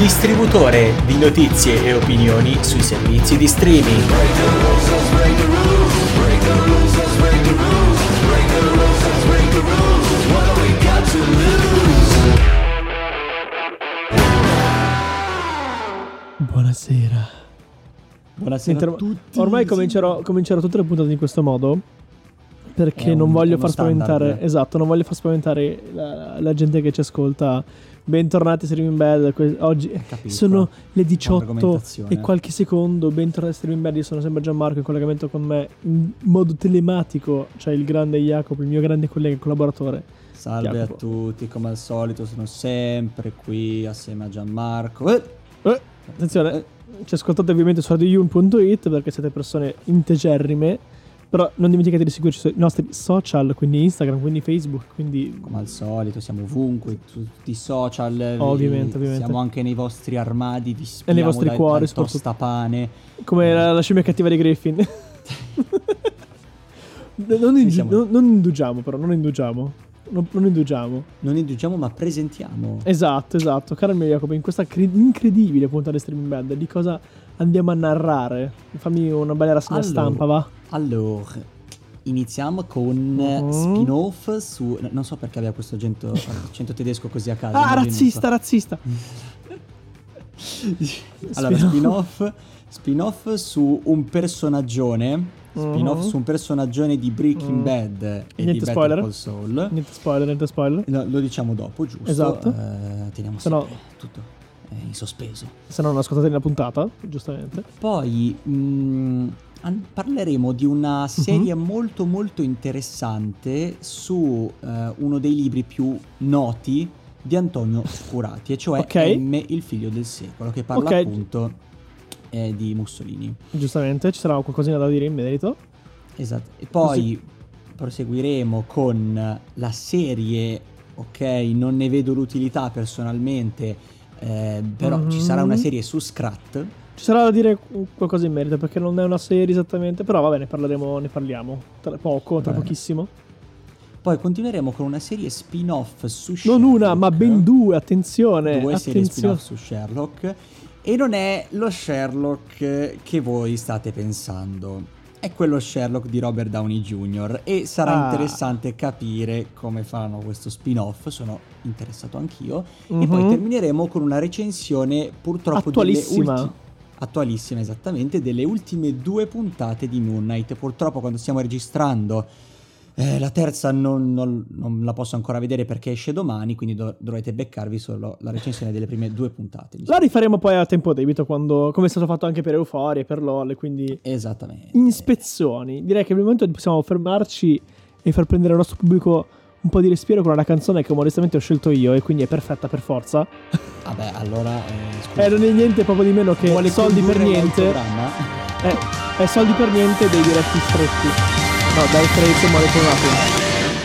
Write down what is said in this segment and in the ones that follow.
distributore di notizie e opinioni sui servizi di streaming. Buonasera. Buonasera a tutti. Ormai comincerò tutte le puntate in questo modo, perché non voglio far spaventare. Esatto, non voglio far spaventare la gente che ci ascolta. Bentornati a Streaming Bad. Oggi sono le 18 e qualche secondo. Bentornati a Streaming Bad. Io sono sempre Gianmarco, in collegamento con me in modo telematico c'è il grande Jacopo, il mio grande collega e collaboratore. Salve Jacopo. A tutti, come al solito sono sempre qui assieme a Gianmarco. Attenzione, ci ascoltate ovviamente su radioyun.it perché siete persone integerrime. Però non dimenticate di seguirci sui nostri social, quindi Instagram, quindi Facebook, quindi... Come al solito siamo ovunque, tutti i social. Ovviamente. Siamo anche nei vostri armadi, vi spiamo e nei vostri cuori, dal tostapane. Come la scimmia cattiva di Griffin. Non indugiamo però, non indugiamo, ma presentiamo. Esatto, caro mio Jacopo, in questa incredibile puntata di Streaming Bad, di cosa andiamo a narrare? Fammi una bella rassegna stampa, va? Allora, iniziamo con spin-off su... Non so perché aveva questo accento tedesco così a caso. Razzista. Allora, spin-off su un personaggione. Su un personaggione di Breaking Bad e niente di spoiler. Better Call Saul. Niente spoiler. Lo diciamo dopo, giusto? Esatto. Teniamo tutto in sospeso. Se no non ascoltate la puntata, giustamente. Poi parleremo di una serie molto molto interessante su uno dei libri più noti di Antonio Scurati, e cioè M, il figlio del secolo, che parla appunto di Mussolini. Giustamente, ci sarà qualcosina da dire in merito. Esatto. E poi proseguiremo con la serie, non ne vedo l'utilità personalmente, però ci sarà una serie su Scrat. Ci sarà da dire qualcosa in merito, perché non è una serie esattamente, però va bene, ne parliamo tra pochissimo. Poi continueremo con una serie spin-off su Sherlock. Non una, ma ben due, attenzione. Serie spin-off su Sherlock. E non è lo Sherlock che voi state pensando, è quello Sherlock di Robert Downey Jr. E sarà interessante capire come faranno questo spin-off, sono interessato anch'io. E poi termineremo con una recensione purtroppo attualissima, esattamente, delle ultime 2 puntate di Moon Knight. Purtroppo quando stiamo registrando la terza non la posso ancora vedere perché esce domani, quindi dovrete beccarvi solo la recensione delle prime 2 puntate. La rifaremo poi a tempo debito, come è stato fatto anche per Euphoria e per LOL, quindi esattamente. In spezzoni. Direi che per il momento possiamo fermarci e far prendere al nostro pubblico un po' di respiro con una canzone che onestamente ho scelto io e quindi è perfetta per forza. Vabbè, allora non è niente proprio di meno che Soldi per niente. È Soldi per niente dei Diretti Stretti. No, dai, Trace Molecular.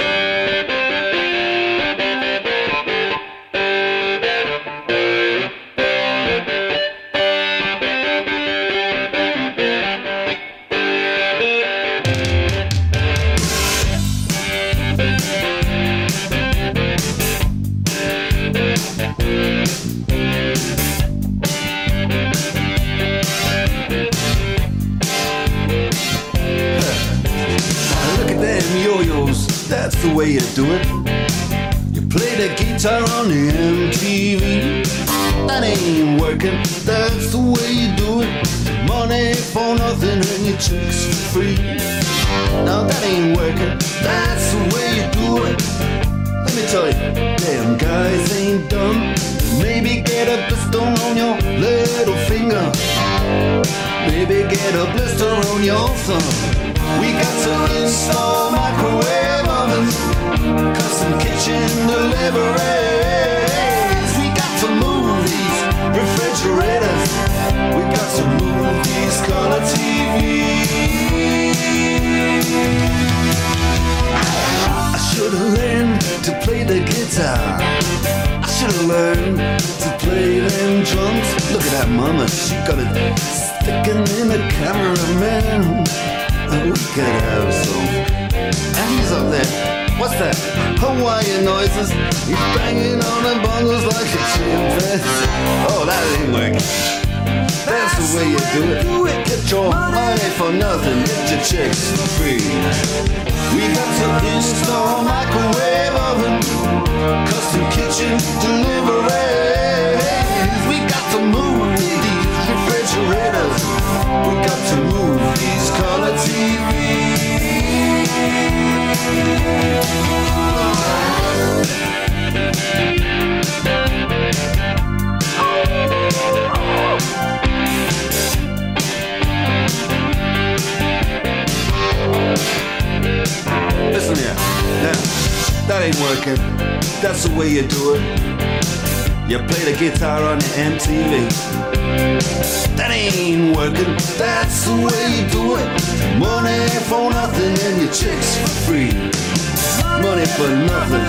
That's the way you do it. You play the guitar on the MTV. That ain't working. That's the way you do it. Money for nothing and your chicks for free. Now that ain't working. That's the way you do it. Let me tell you, damn guys ain't dumb. Maybe get a blister on your little finger. Maybe get a blister on your thumb. We got to install microwave ovens, custom kitchen deliveries. We got to move these refrigerators. We got to move these color TVs. I should have learned to play the guitar. I should have learned to play them drums. Look at that mama, she got it sticking in the camera, man. We could have some hands up there. What's that? Hawaiian noises. He's banging on the bongos like a chimpanzee. Oh, that ain't working. That's the way you do it. Get your money for nothing, get your chicks for free. We got to install microwave oven, custom kitchen deliveries. We got to move these refrigerators. We got to move these color TVs. Listen here, now, that ain't working. That's the way you do it. You play the guitar on the MTV. That ain't working. That's the way you do it. Money for nothing and your chicks for free. Money for nothing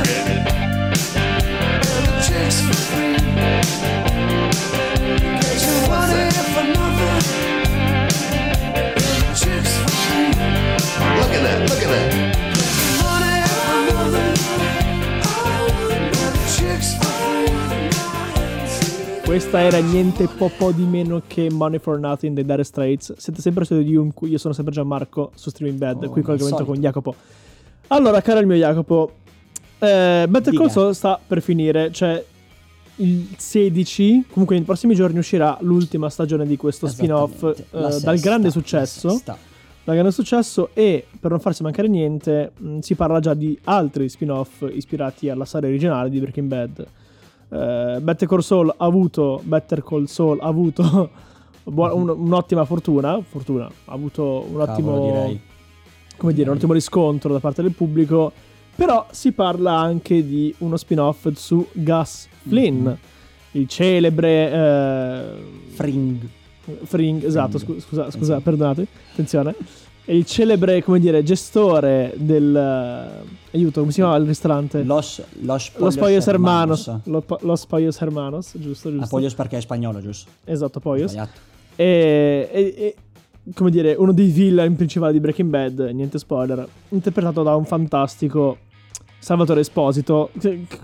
and your chicks for free. Get your money for nothing and your chicks for free. Look at that, look at that. Questa era niente po' di meno che Money for Nothing dei Dire Straits. Siete sempre su di un cui io sono sempre Gianmarco su Streaming Bad, qui collegamento con Jacopo. Allora, caro il mio Jacopo, Better Call Saul sta per finire, cioè il 16, comunque nei prossimi giorni uscirà l'ultima stagione di questo spin-off dal grande successo. Dal grande successo, e per non farsi mancare niente si parla già di altri spin-off ispirati alla serie originale di Breaking Bad. Better Call Saul ha avuto un'ottima fortuna, ha avuto un ottimo, come dire, un ottimo riscontro da parte del pubblico, però si parla anche di uno spin-off su Gus Flynn, il celebre Fring, esatto, scusa, perdonate, attenzione. È il celebre, come dire, gestore del aiuto, come si chiama il ristorante? Los Pollos Hermanos. Los Pollos Hermanos, giusto. Pollos perché è spagnolo, giusto? Esatto, Pollos. E come dire, uno dei villain principali di Breaking Bad, niente spoiler, interpretato da un fantastico Salvatore Esposito.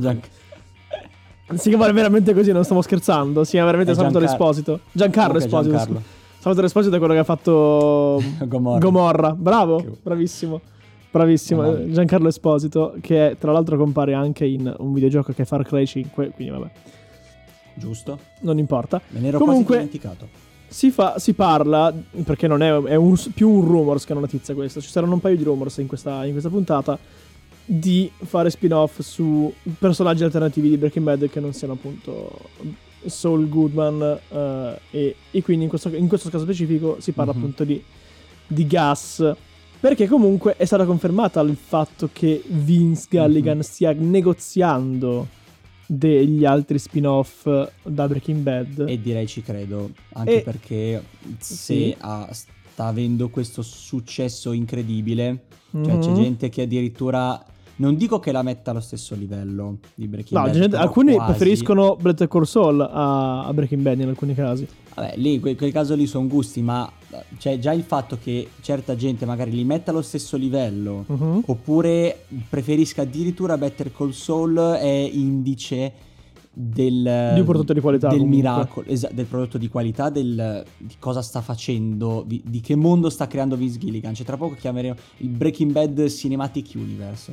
Si chiama veramente così, non stiamo scherzando. Si chiama veramente Salvatore Esposito. Giancarlo Esposito. Salvatore Esposito è quello che ha fatto Gomorra. Bravo, bravissimo. Giancarlo Esposito, che tra l'altro compare anche in un videogioco che è Far Cry 5, quindi vabbè. Giusto. Non importa. Me ne ero quasi dimenticato. Si parla, perché non è più un rumors che una notizia questa. Ci saranno un paio di rumors in questa puntata, di fare spin-off su personaggi alternativi di Breaking Bad che non siano appunto Saul Goodman, e quindi in questo caso specifico si parla appunto di Gus, perché comunque è stata confermata il fatto che Vince Gilligan stia negoziando degli altri spin-off da Breaking Bad, e direi ci credo, anche perché se sta avendo questo successo incredibile, cioè c'è gente che addirittura, non dico che la metta allo stesso livello di Breaking Bad, alcuni quasi preferiscono Better Call Saul a Breaking Bad in alcuni casi. Vabbè, lì quel caso lì sono gusti, ma c'è già il fatto che certa gente magari li metta allo stesso livello, oppure preferisca addirittura Better Call Saul, è indice di un prodotto di qualità, del miracolo, del prodotto di qualità, di cosa sta facendo, di che mondo sta creando Vince Gilligan. Cioè, tra poco chiameremo il Breaking Bad Cinematic Universe.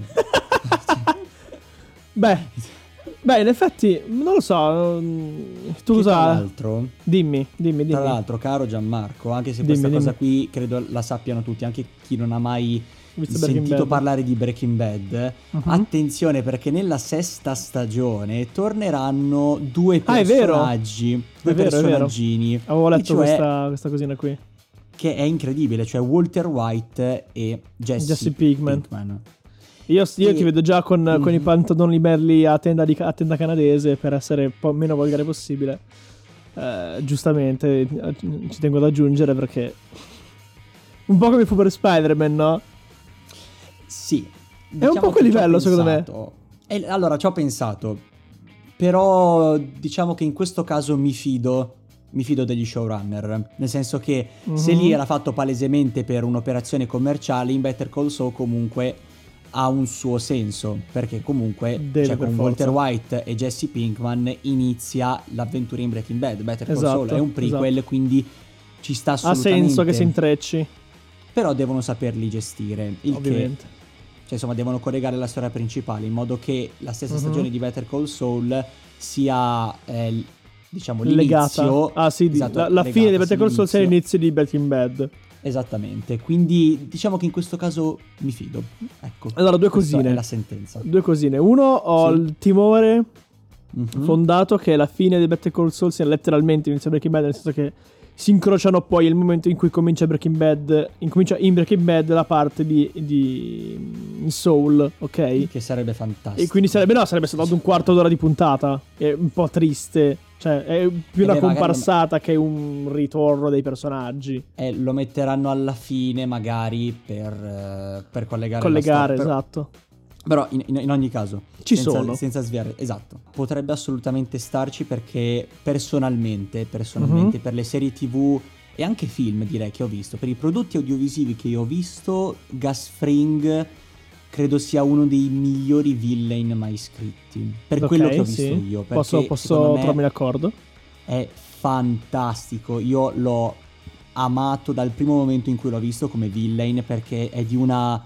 Beh, in effetti non lo so. Tu cosa? Tra l'altro, dimmi. Tra l'altro, caro Gianmarco, anche se questa cosa qui credo la sappiano tutti, anche chi non ha mai sentito parlare di Breaking Bad, attenzione, perché nella 6ª stagione torneranno due personaggi, due personaggini. Avevo letto questa cosina qui, che è incredibile, cioè Walter White e Jesse Pinkman. Io ti vedo già con i pantaloni belli a tenda canadese, per essere un po' meno volgare possibile. Giustamente ci tengo ad aggiungere, perché un po' come fu per Spider-Man, no? Sì, è un po' quel livello, secondo me. Allora, ci ho pensato, però diciamo che in questo caso mi fido degli showrunner, nel senso che se lì era fatto palesemente per un'operazione commerciale, in Better Call Saul comunque ha un suo senso, perché comunque Deve con Walter White e Jesse Pinkman inizia l'avventura in Breaking Bad. Better Call Saul è un prequel, quindi ci sta assolutamente. Ha senso che si intrecci. Però devono saperli gestire, ovviamente. Cioè insomma devono collegare la storia principale in modo che la stessa stagione di Better Call Saul sia diciamo l'inizio legata. Esatto, la fine di Better Call Saul sia l'inizio di Breaking Bad. Esattamente, quindi diciamo che in questo caso mi fido. Ecco. Allora, due cosine. È la sentenza. Due cosine. Uno, ho il timore fondato che la fine di Better Call Saul sia letteralmente l'inizio di Breaking Bad, nel senso che si incrociano poi il momento in cui comincia in Breaking Bad la parte di Soul, ok? Che sarebbe fantastico. E quindi sarebbe stato un quarto d'ora di puntata. È un po' triste. Cioè, è più una comparsata che un ritorno dei personaggi. Lo metteranno alla fine, magari per collegare la storia. Esatto. Però in ogni caso senza sviare, esatto, potrebbe assolutamente starci, perché personalmente per le serie TV e anche film, direi, che ho visto, per i prodotti audiovisivi che io ho visto, Gus Fring credo sia uno dei migliori villain mai scritti, per quello che ho visto io, perché posso trovarmi d'accordo. È fantastico. Io l'ho amato dal primo momento in cui l'ho visto come villain, perché è di una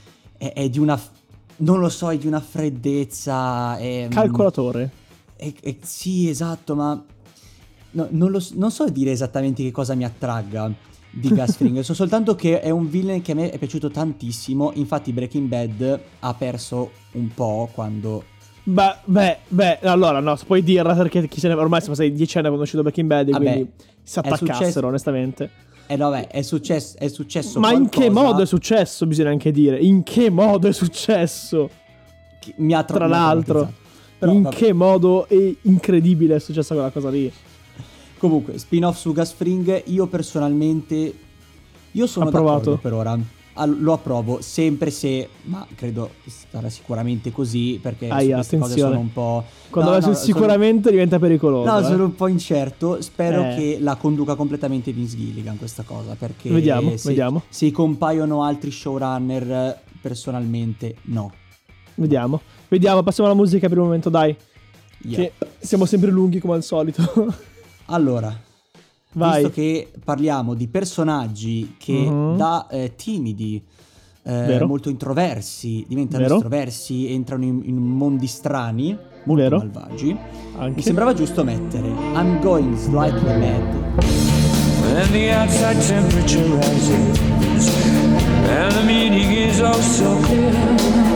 non lo so, è di una freddezza. Calcolatore. Sì, esatto, ma non so dire esattamente che cosa mi attragga di Gus Fring. So soltanto che è un villain che a me è piaciuto tantissimo. Infatti Breaking Bad ha perso un po' quando... Beh, allora no, puoi dirla, perché ormai siamo stati 10 anni quando è uscito Breaking Bad, quindi si attaccassero, onestamente. Vabbè, è successo. Ma qualcosa... in che modo è successo? Bisogna anche dire. In che modo è successo? Tra l'altro, che modo è incredibile è successa quella cosa lì. Comunque, spin-off su Gus Fring, io personalmente sono d'accordo per ora. Lo approvo, sempre se, ma credo sarà sicuramente così, perché queste cose sono un po'... Quando sicuramente diventa pericoloso. No, sono un po' incerto. Spero che la conduca completamente Vince Gilligan questa cosa, perché vediamo. Se compaiono altri showrunner, personalmente no. Vediamo, passiamo alla musica per il momento, dai. Che siamo sempre lunghi come al solito. Allora, visto che parliamo di personaggi che da timidi, molto introversi, diventano estroversi, entrano in mondi strani, molto malvagi, mi sembrava giusto mettere I'm Going Slightly Mad. When the outside temperature rises and the meaning is oh so clear,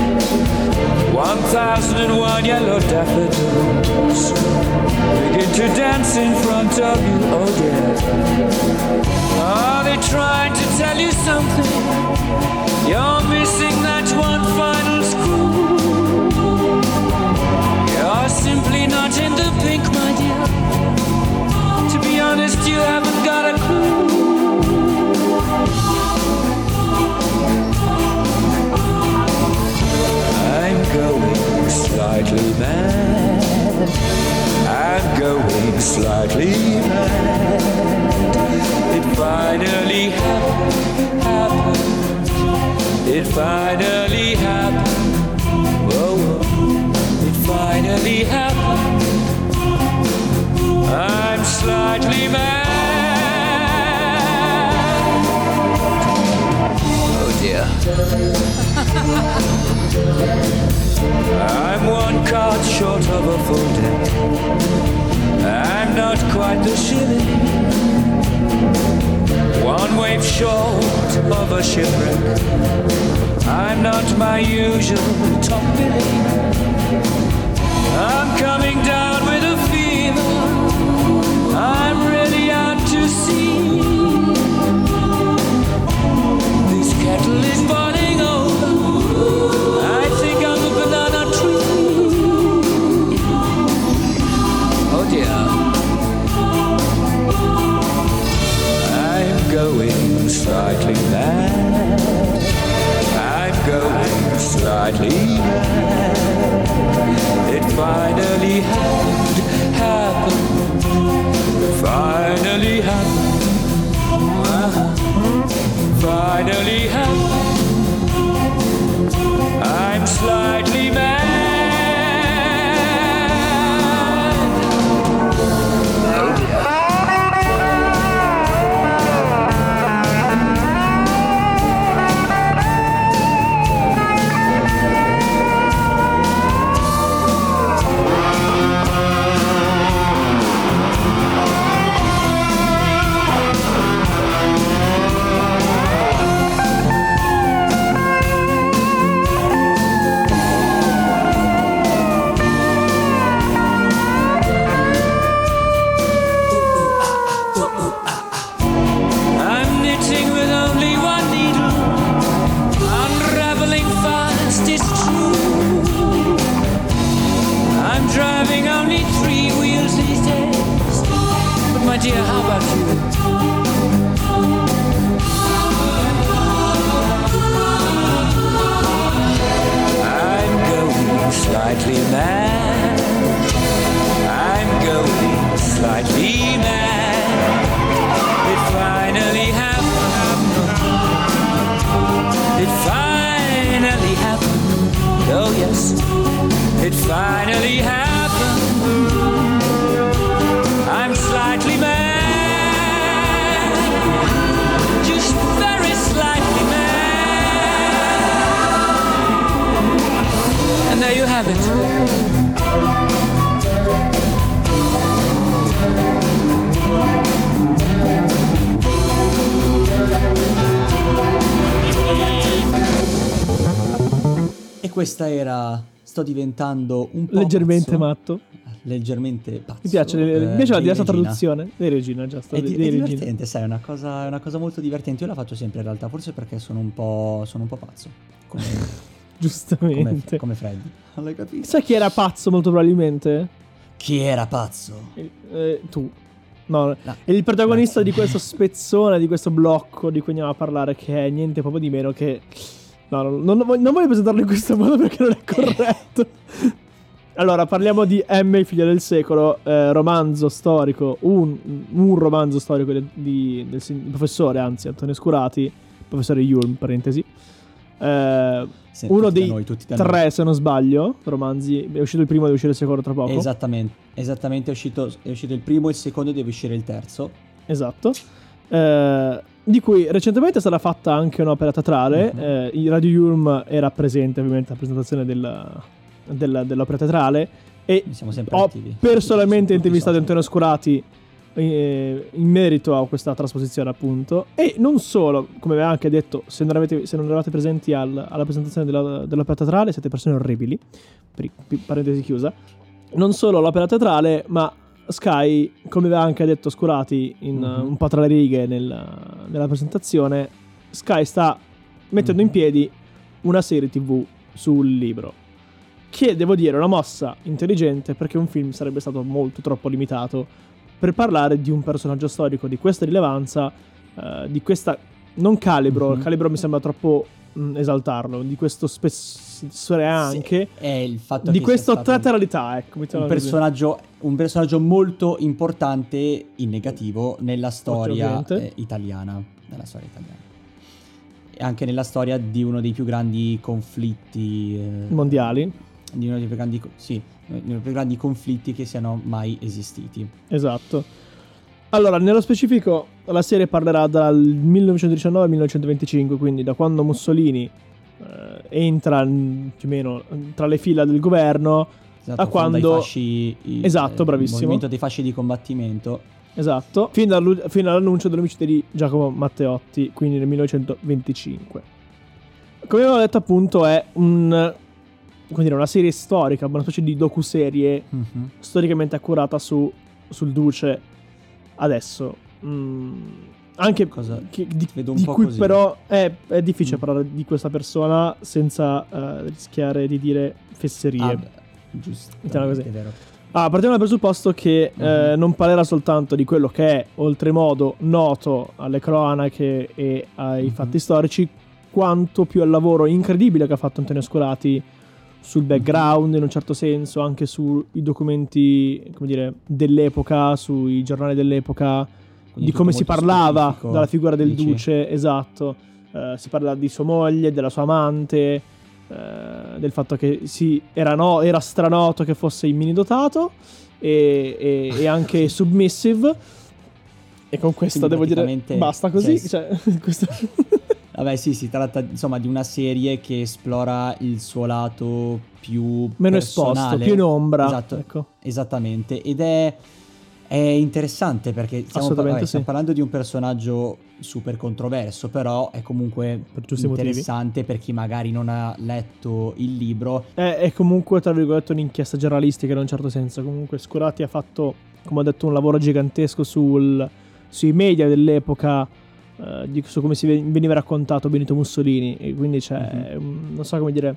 1001 yellow daffodils begin to dance in front of you, oh dear. Are they trying to tell you something? You're missing that one final screw. You're simply not in the pink, my dear. To be honest, you haven't got a clue. I'm going slightly mad. I'm going slightly mad. It finally happened. It finally happened. Whoa, it finally happened. I'm slightly mad. Oh dear. I'm one card short of a full deck. I'm not quite the shilling. One wave short of a shipwreck. I'm not my usual top billing. I'm coming down with a fever. I'm really out to sea. This kettle is boiling over. I think I'm a banana tree. Oh dear. I'm going slightly mad. I'm going slightly mad. It finally happened. Finally happened. Finally happened. Oh yes, it finally happened. I'm slightly mad, just very slightly mad. And there you have it. E questa era Sto diventando un po' leggermente pazzo. matto. Leggermente pazzo. Mi piace invece la diversa Regina. traduzione dei Regina, già sto È, dei è Regina. divertente, sai, è una cosa molto divertente. Io la faccio sempre in realtà, forse perché sono un po' pazzo. Giustamente. Come Freddy. L'hai capito? Sai chi era pazzo molto probabilmente? Chi era pazzo? Tu. No, No. è il protagonista Grazie. di questo spezzone, di questo blocco di cui andiamo a parlare, che è niente proprio di meno che... No, non voglio presentarlo in questo modo perché non è corretto. Allora, parliamo di M, il figlio del secolo, romanzo storico, un romanzo storico del professore, anzi, Antonio Scurati, professore Yulm, parentesi. Sì, Uno tutti da dei noi, tutti da 3, se non sbaglio, romanzi. È uscito il primo, deve uscire il secondo tra poco. Esattamente, è uscito il primo, il secondo e deve uscire il terzo. Esatto. Di cui recentemente è stata fatta anche un'opera teatrale. Il Radio Yulm era presente ovviamente alla presentazione dell'opera teatrale. E Siamo sempre ho attivi. personalmente Tutti intervistato social. Antonio Scurati in merito a questa trasposizione, appunto. E non solo, come aveva anche detto, se non eravate presenti alla presentazione dell'opera teatrale, siete persone orribili. Parentesi chiusa. Non solo l'opera teatrale, ma Sky, come aveva anche detto Scurati un po' tra le righe nella presentazione, Sky sta mettendo in piedi una serie TV sul libro, che devo dire è una mossa intelligente, perché un film sarebbe stato molto troppo limitato per parlare di un personaggio storico di questa rilevanza, di questa non calibro, calibro mi sembra troppo esaltarlo, di questo spessore anche, È il fatto di che questa sia stato teatralità, ecco, mettiamola così. un personaggio molto importante in negativo nella storia Ovviamente. italiana, e anche nella storia di uno dei più grandi conflitti Mondiali. di uno dei più grandi uno dei più grandi conflitti che siano mai esistiti. Esatto. Allora, nello specifico, la serie parlerà dal 1919 al 1925, quindi da quando Mussolini entra più o meno tra le fila del governo, Esatto, a fonda quando... i fasci, Esatto, il bravissimo. movimento dei fasci di combattimento. Esatto, fino all'annuncio dell'omicidio di Giacomo Matteotti, quindi nel 1925. Come avevo detto, appunto, è una serie storica, una specie di docuserie storicamente accurata sul Duce adesso. Anche vedo un di po' cui così. però è difficile parlare di questa persona senza rischiare di dire fesserie. Giusto, Mettiamola così. è vero. Partiamo dal presupposto che non parlerà soltanto di quello che è oltremodo noto alle cronache e ai fatti storici, quanto più al lavoro incredibile che ha fatto Antonio Scurati sul background, in un certo senso, anche sui documenti, come dire, dell'epoca, sui giornali dell'epoca, Quindi di come tutto si molto parlava specifico, dalla figura del dici? Duce, esatto. Si parla di sua moglie, della sua amante, del fatto che era stranoto che fosse immunidotato e anche submissive. E con questo Quindi devo dire praticamente- basta così, cioè, questo... Vabbè, sì, si tratta insomma di una serie che esplora il suo lato più meno personale. esposto, più in ombra. Esatto, Ecco. esattamente. Ed è interessante perché Assolutamente stiamo sì. parlando di un personaggio super controverso, però è comunque Per giusti motivi. interessante per chi magari non ha letto il libro. È comunque, tra virgolette, un'inchiesta giornalistica in un certo senso. Comunque Scurati ha fatto, come ho detto, un lavoro gigantesco sui media dell'epoca, su come veniva raccontato Benito Mussolini, e quindi c'è non so come dire,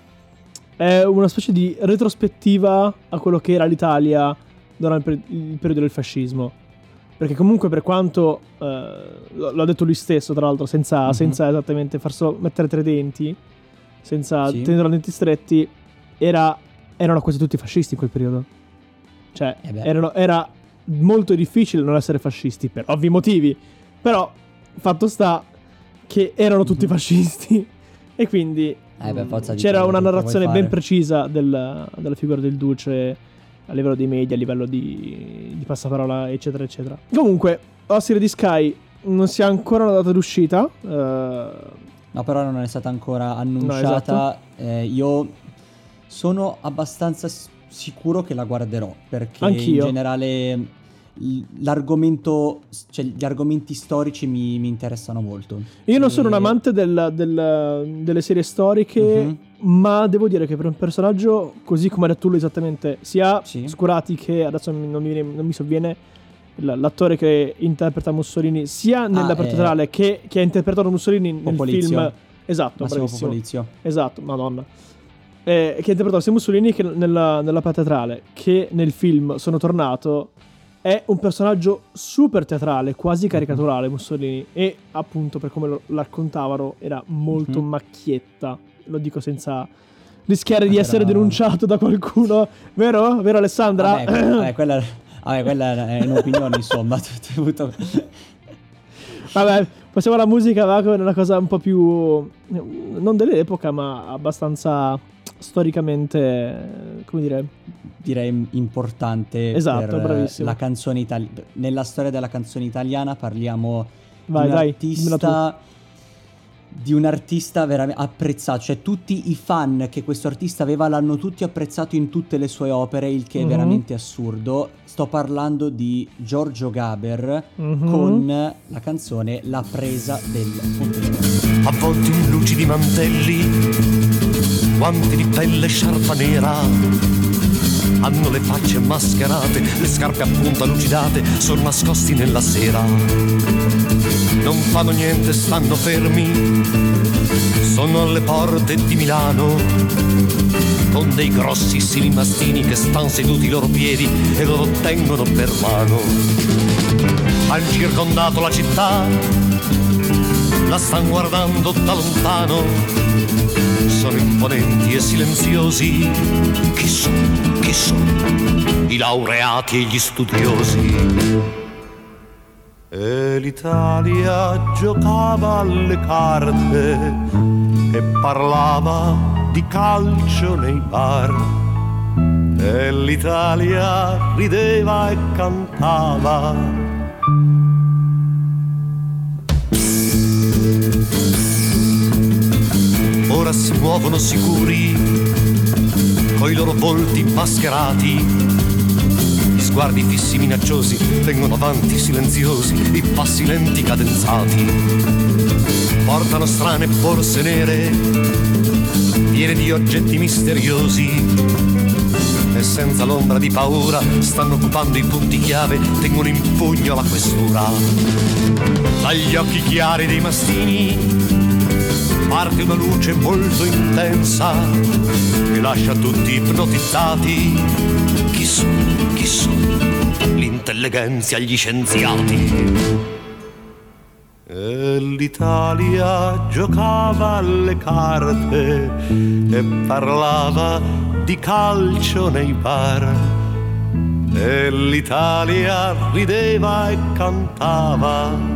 è una specie di retrospettiva a quello che era l'Italia durante il periodo del fascismo, perché comunque, per quanto l'ha detto lui stesso, tra l'altro, senza esattamente mettere tre denti, senza tenere i denti stretti, erano quasi tutti fascisti in quel periodo. Cioè era molto difficile non essere fascisti per ovvi motivi, però fatto sta che erano tutti fascisti E quindi c'era una narrazione ben precisa della figura del duce a livello dei media, a livello di passaparola, eccetera eccetera. Comunque Ossiri di Sky non si ha ancora una data d'uscita, no, però non è stata ancora annunciata. No, esatto. Io sono abbastanza sicuro che la guarderò, perché anch'io. In generale l'argomento, cioè gli argomenti storici mi interessano molto. Io non sono un amante delle serie storiche, ma devo dire che per un personaggio così come era Tullo esattamente, sia Scurati che adesso non mi sovviene l'attore che interpreta Mussolini, sia nella teatrale che ha interpretato Mussolini nel film. Esatto, Massimo Popolizio. Esatto, madonna. Che ha interpretato sia Mussolini che nella teatrale che nel film Sono tornato. È un personaggio super teatrale, quasi caricaturale Mussolini, e appunto per come lo raccontavano era molto macchietta, lo dico senza rischiare di essere denunciato da qualcuno, vero? Vero Alessandra? Quella è un'opinione, insomma. Vabbè, passiamo alla musica, va, con una cosa un po' più non dell'epoca, ma abbastanza storicamente, come dire, direi importante. Esatto, per bravissimo. La canzone italiana. Nella storia della canzone italiana parliamo di un artista veramente apprezzato, cioè tutti i fan che questo artista aveva l'hanno tutti apprezzato in tutte le sue opere, il che è veramente assurdo. Sto parlando di Giorgio Gaber con la canzone La presa del potere. Avvolti in lucidi mantelli, guanti di pelle, sciarpa nera, hanno le facce mascherate, le scarpe a punta lucidate, sono nascosti nella sera. Non fanno niente, stanno fermi, sono alle porte di Milano, con dei grossissimi mastini che stanno seduti ai loro piedi e loro tengono per mano. Han circondato la città, la stan guardando da lontano, sono imponenti e silenziosi. Chi sono? I laureati e gli studiosi. E l'Italia giocava alle carte e parlava di calcio nei bar. E l'Italia rideva e cantava. Ora si muovono sicuri, coi loro volti mascherati, gli sguardi fissi minacciosi, vengono avanti silenziosi, i passi lenti cadenzati. Portano strane borse nere, piene di oggetti misteriosi, e senza l'ombra di paura stanno occupando i punti chiave, tengono in pugno la questura. Dagli occhi chiari dei mastini parte una luce molto intensa che lascia tutti ipnotizzati. Chi sono? L'intelligenza agli scienziati. E l'Italia giocava alle carte e parlava di calcio nei bar. E l'Italia rideva e cantava.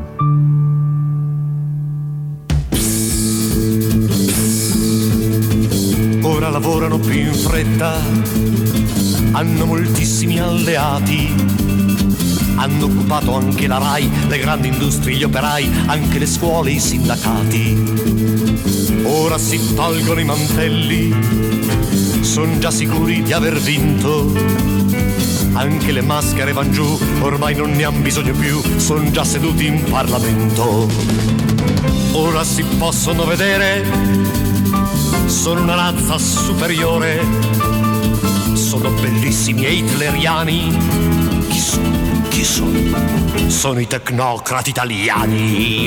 Ora lavorano più in fretta, hanno moltissimi alleati, hanno occupato anche la RAI, le grandi industrie, gli operai, anche le scuole, i sindacati. Ora si tolgono i mantelli, son già sicuri di aver vinto, anche le maschere van giù, ormai non ne han bisogno più, son già seduti in Parlamento. Ora si possono vedere, sono una razza superiore, sono bellissimi e hitleriani. Chi sono? Sono i tecnocrati italiani.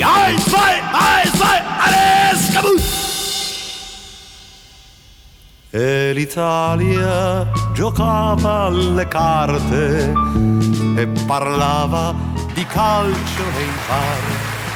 E l'Italia giocava alle carte e parlava di calcio nei bar.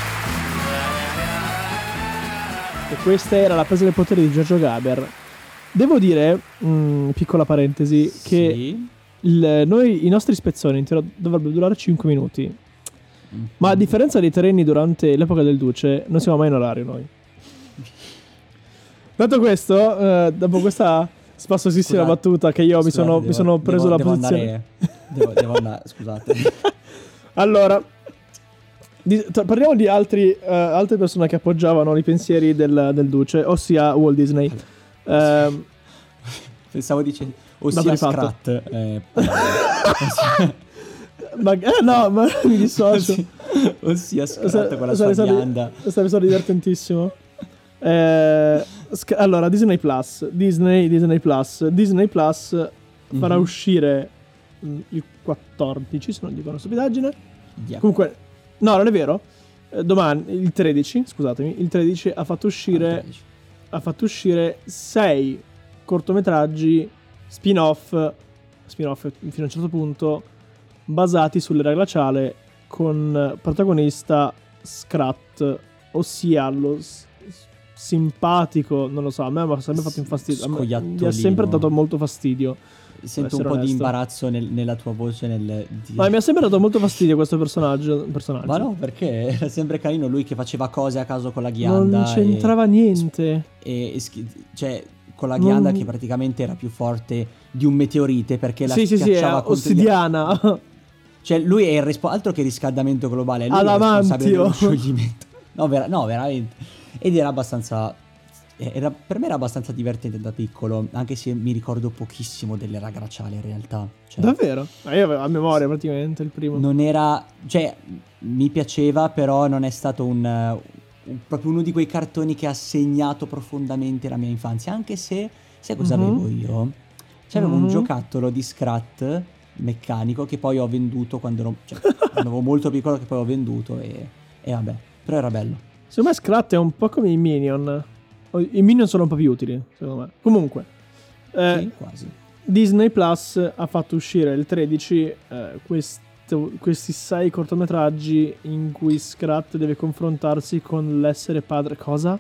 E questa era La presa del potere di Giorgio Gaber. Devo dire, piccola parentesi, che i nostri spezzoni dovrebbero durare 5 minuti. Ma a differenza dei treni durante l'epoca del Duce, non siamo mai in orario noi. Dato questo, dopo questa spassosissima battuta che io mi sono preso la posizione. Devo andare, scusate. Allora, parliamo di altre persone che appoggiavano i pensieri del Duce, ossia Walt Disney. Pensavo dicendo, ossia Scrat. No, ma mi dissocio. Ossia Scrat con la sua ghianda. Sarebbe stato divertentissimo. Allora, Disney Plus farà uscire il 14, se non dico una stupidaggine. Yeah. Comunque, no, non è vero. Domani, il 13 ha fatto uscire 6 cortometraggi spin-off fino a un certo punto, basati sull'era glaciale, con protagonista Scrat, ossia lo simpatico, non lo so, a me ha sempre fatto infastidio, mi ha sempre dato molto fastidio. Sento un po' di imbarazzo nella tua voce ma mi ha sempre dato molto fastidio questo personaggio. Ma no, perché era sempre carino lui che faceva cose a caso con la ghianda. Non c'entrava niente. Cioè, con la ghianda che praticamente era più forte di un meteorite, perché la schiacciava contro ossidiana. Cioè lui è altro che riscaldamento globale, lui è responsabile dello scioglimento. No, veramente. Ed era abbastanza... per me era abbastanza divertente da piccolo, anche se mi ricordo pochissimo dell'era glaciale in realtà. Cioè, davvero? Io avevo a memoria praticamente il primo. Non era... Cioè, mi piaceva, però non è stato proprio uno di quei cartoni che ha segnato profondamente la mia infanzia. Anche se... Sai cosa avevo io? C'avevo un giocattolo di Scrat meccanico che poi ho venduto quando ero molto piccolo, che poi ho venduto e vabbè. Però era bello. Secondo me Scrat è un po' come i Minion. I Minion sono un po' più utili, secondo me. Comunque, sì, quasi. Disney Plus ha fatto uscire il 13 questi 6 cortometraggi in cui Scrat deve confrontarsi con l'essere padre. Cosa?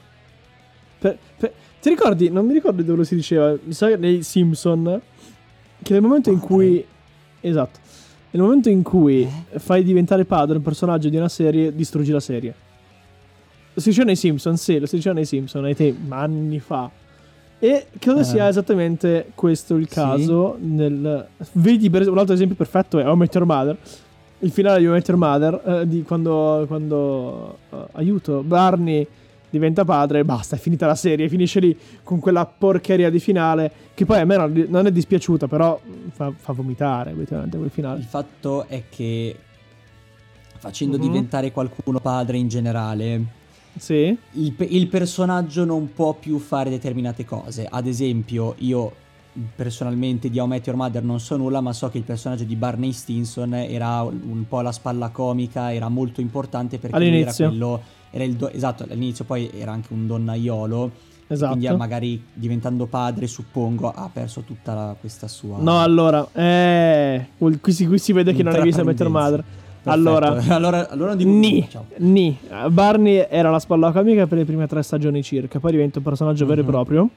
Ti ricordi? Non mi ricordo dove lo si diceva. Mi sa che nei Simpson, che nel momento in cui... Esatto. Nel momento in cui fai diventare padre un personaggio di una serie, distruggi la serie. Lo si diceva nei Simpson, sì, lo si diceva nei Simpson anni fa. E credo sia esattamente questo il caso. Vedi, per esempio, un altro esempio perfetto è How I Met Your Mother. Il finale di How I Met Your Mother, di quando aiuto, Barney diventa padre, basta, è finita la serie, finisce lì con quella porcheria di finale che poi a me non è dispiaciuta, però fa vomitare ovviamente quel finale. Il fatto è che facendo diventare qualcuno padre in generale, sì, il personaggio non può più fare determinate cose. Ad esempio, io personalmente di How I Met Your Mother non so nulla, ma so che il personaggio di Barney Stinson era un po' la spalla comica, era molto importante perché all'inizio esatto, all'inizio poi era anche un donnaiolo. Esatto. Quindi magari diventando padre, suppongo, ha perso tutta questa sua... No, allora, qui si vede che non hai visto How I Met Your Mother. Allora non dico ciao. Barney era la spalla comica per le prime 3 stagioni circa, poi diventa un personaggio vero e proprio.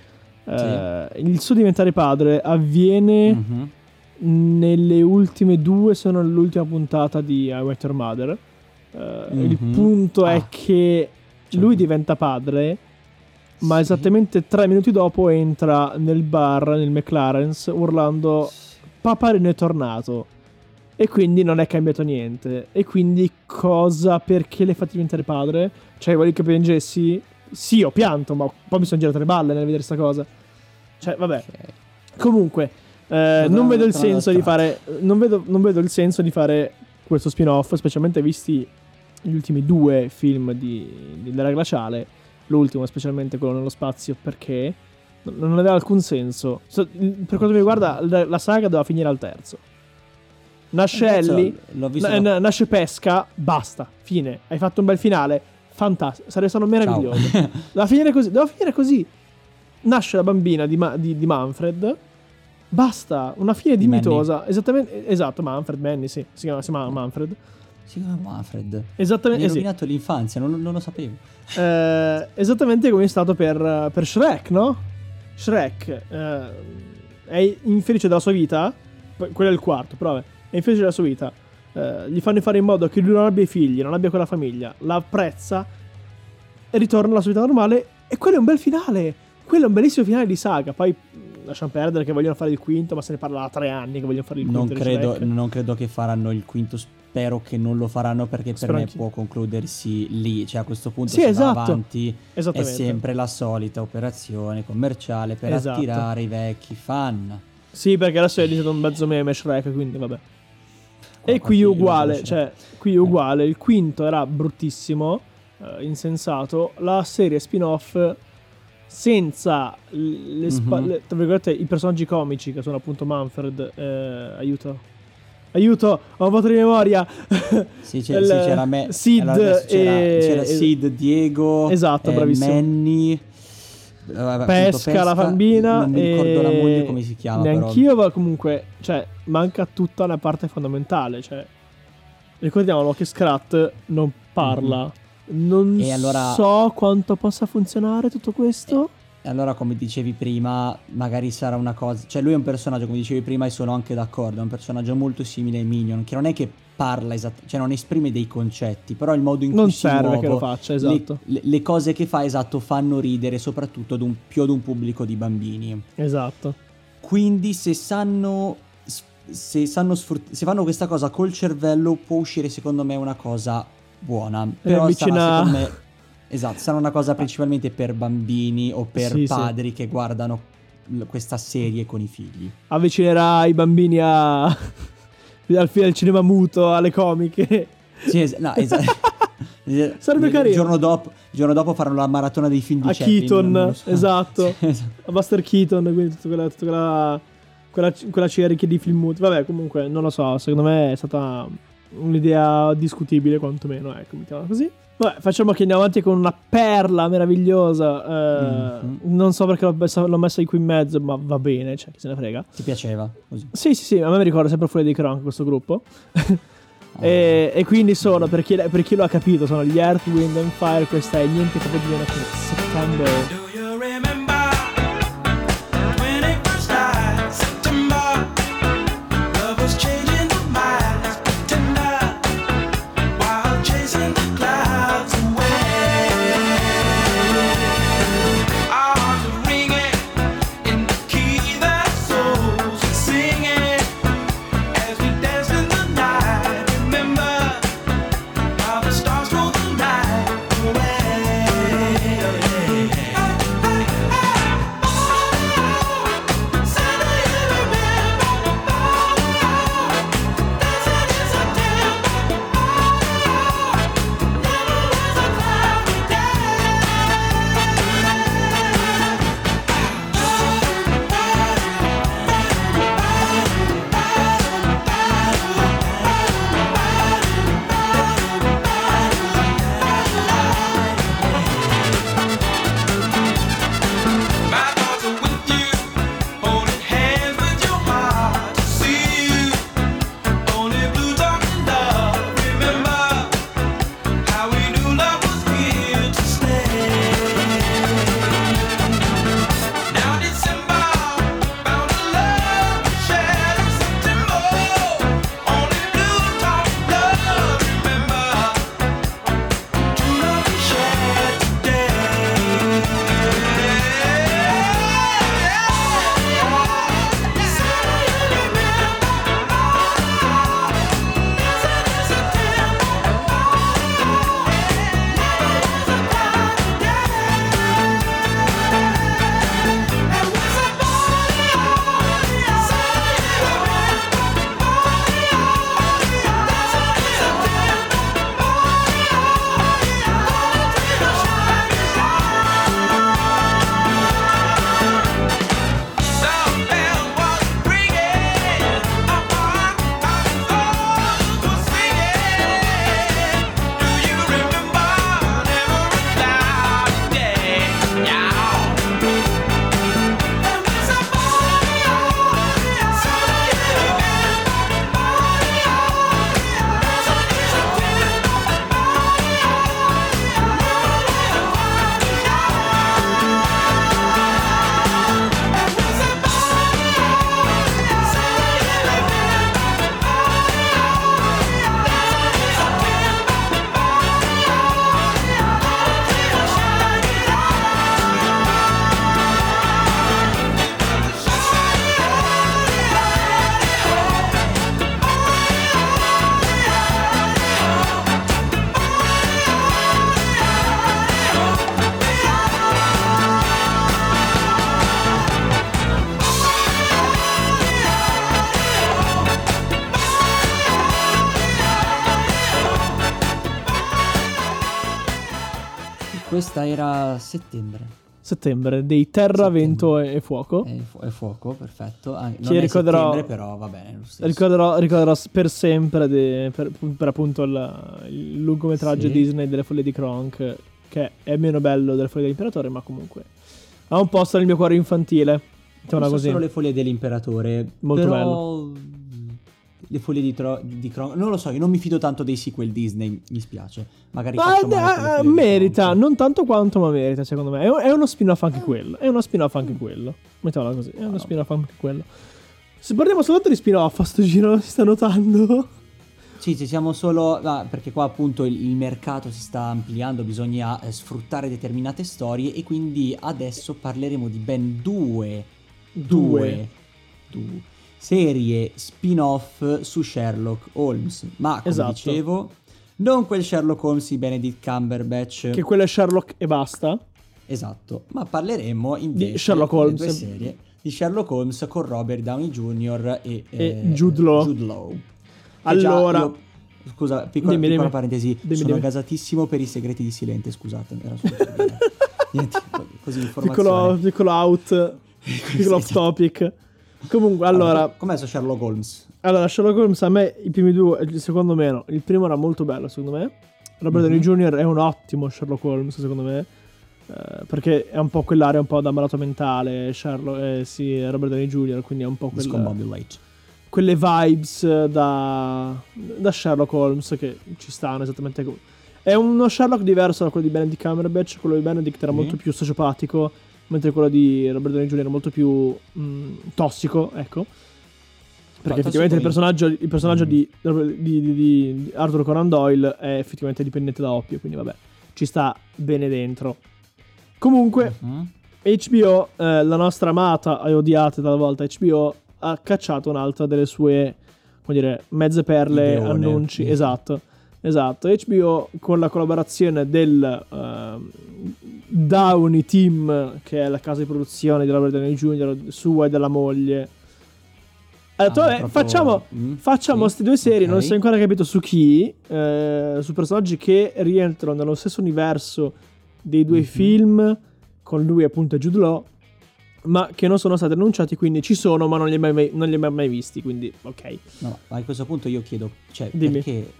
Il suo diventare padre avviene nelle ultime 2, sono l'ultima puntata di How I Met Your Mother. Il punto è che lui diventa padre, ma esattamente 3 minuti dopo entra nel bar, nel McLaren's, urlando "Paparino è tornato", e quindi non è cambiato niente. E quindi perché le fate diventare padre? Cioè, voglio capire in Jesse? Sì, ho pianto, ma poi mi sono girato le balle nel vedere sta cosa. Cioè, vabbè. Comunque, non vedo il senso di fare. Non vedo il senso di fare questo spin-off, specialmente visti gli ultimi 2 film dell'era glaciale. L'ultimo, specialmente quello nello spazio, perché non aveva alcun senso. Per quanto mi riguarda, la saga doveva finire al terzo. Nasce Ellie, nasce Pesca, basta, fine. Hai fatto un bel finale, fantastico, sarebbe stato meraviglioso. Doveva finire così. Nasce la bambina di Manfred, basta, una fine dignitosa. Esattamente, esatto, Manny, sì, si chiama Manfred. Si chiama Manfred. Esattamente. Mi ha rovinato l'infanzia, non lo sapevo. Esattamente come è stato per Shrek, no? Shrek è infelice della sua vita. Quello è il quarto, però vabbè. È infelice della sua vita. Gli fanno fare in modo che lui non abbia i figli, non abbia quella famiglia. La apprezza e ritorna alla sua vita normale. E quello è un bel finale. quello è un bellissimo finale di saga. Poi lasciamo perdere che vogliono fare il quinto, ma se ne parla da 3 anni che vogliono fare il quinto. Non credo che faranno il quinto. Spero che non lo faranno, perché per me può concludersi lì. Cioè a questo punto sì, esatto. va avanti. È sempre la solita operazione commerciale per attirare i vecchi fan. Sì, perché adesso è diventato un mezzo meme Shrek, quindi vabbè. E qui uguale, cioè qui uguale. Il quinto era bruttissimo, insensato. La serie spin-off senza tra virgolette i personaggi comici che sono appunto Manfred, aiuto, ho un voto di memoria. Sì, c'era Sid, allora c'era Sid, Diego, esatto, bravissimo. Manny, Pesca, la bambina, non mi ricordo la moglie come si chiama, neanch'io, ma comunque, cioè, manca tutta una parte fondamentale, cioè, ricordiamolo che Scrat non parla. Non so quanto possa funzionare tutto questo. E allora, come dicevi prima, magari sarà una cosa. Cioè, lui è un personaggio, come dicevi prima, e sono anche d'accordo. È un personaggio molto simile ai Minion, che non è che parla cioè non esprime dei concetti, però il modo in cui si muove, non serve che lo faccia, esatto. Le cose che fa, esatto, fanno ridere, soprattutto più ad un pubblico di bambini. Esatto. Quindi se fanno questa cosa col cervello, può uscire secondo me una cosa buona. Però sarà, secondo me, esatto, sarà una cosa principalmente per bambini o per padri che guardano questa serie con i figli. Avvicinerà i bambini al cinema muto, alle comiche. Sì, esatto. Sarebbe carino. Il giorno dopo faranno la maratona dei film di Chaplin. Keaton, esatto. A Buster Keaton, quindi tutta quella cerchia di film muti. Vabbè, comunque, non lo so, secondo me è stata un'idea discutibile, quantomeno, ecco, mettiamola così. Vabbè, facciamo che andiamo avanti con una perla meravigliosa. Non so perché l'ho messa qui in mezzo, ma va bene, cioè, chi se ne frega. Ti piaceva? Così. Sì, a me mi ricorda sempre Fuori dei Cronk questo gruppo. E quindi sono, per chi lo ha capito, sono gli Earth, Wind and Fire. Questa è niente che di meno che September. Questa era settembre, dei Terra, Vento e Fuoco. E Fuoco, perfetto. Non che è ricorderò, settembre, però va bene lo stesso. Ricorderò per sempre per appunto il lungometraggio Disney delle Follie di Kronk, che è meno bello delle Follie dell'Imperatore, ma comunque ha un posto nel mio cuore infantile. Non so solo le Follie dell'Imperatore, molto però bello. Le Follie di Kronk, non lo so, io non mi fido tanto dei sequel Disney, mi spiace. Magari merita, non tanto quanto, ma merita secondo me. È uno spin-off anche quello. Mettiamola così, è uno spin-off anche quello. Se parliamo soltanto di spin-off a sto giro, si sta notando? Sì, ci siamo solo perché qua appunto il mercato si sta ampliando, bisogna sfruttare determinate storie e quindi adesso parleremo di ben due serie spin-off su Sherlock Holmes, ma come dicevo, non quel Sherlock Holmes di Benedict Cumberbatch, che quello è Sherlock e basta. Esatto, ma parleremo invece di Sherlock Holmes, due serie di Sherlock Holmes con Robert Downey Jr. e Jude Law. Allora, scusa, piccola parentesi, sono gasatissimo per i segreti di Silente, scusate, era solo per dire. Niente, così informazione. Piccolo off topic. Comunque, allora com'è su Sherlock Holmes? Allora, Sherlock Holmes, a me i primi due, secondo me no. Il primo era molto bello, secondo me. Robert Downey Jr. è un ottimo Sherlock Holmes, secondo me. Perché è un po' quell'area un po' da malato mentale, Robert Downey Jr., quindi è un po' quelle vibes da Sherlock Holmes che ci stanno esattamente come. È uno Sherlock diverso da quello di Benedict Cumberbatch. Quello di Benedict era molto più sociopatico, mentre quello di Robert Downey Jr. era molto più tossico, ecco. Perché effettivamente il personaggio di Arthur Conan Doyle è effettivamente dipendente da oppio, quindi vabbè, ci sta bene dentro. Comunque, HBO, la nostra amata e odiata talvolta HBO, ha cacciato un'altra delle sue, come dire, mezze perle, annunci. Esatto. HBO, con la collaborazione del Downey Team, che è la casa di produzione di Robert Downey Jr., sua e della moglie. Allora, facciamo queste due serie, non si è ancora capito su chi, su personaggi che rientrano nello stesso universo dei due film, con lui appunto Jude Law, ma che non sono stati annunciati, quindi ci sono, ma non li abbiamo mai visti, quindi ok. No, ma a questo punto io chiedo, cioè, dimmi. Perché,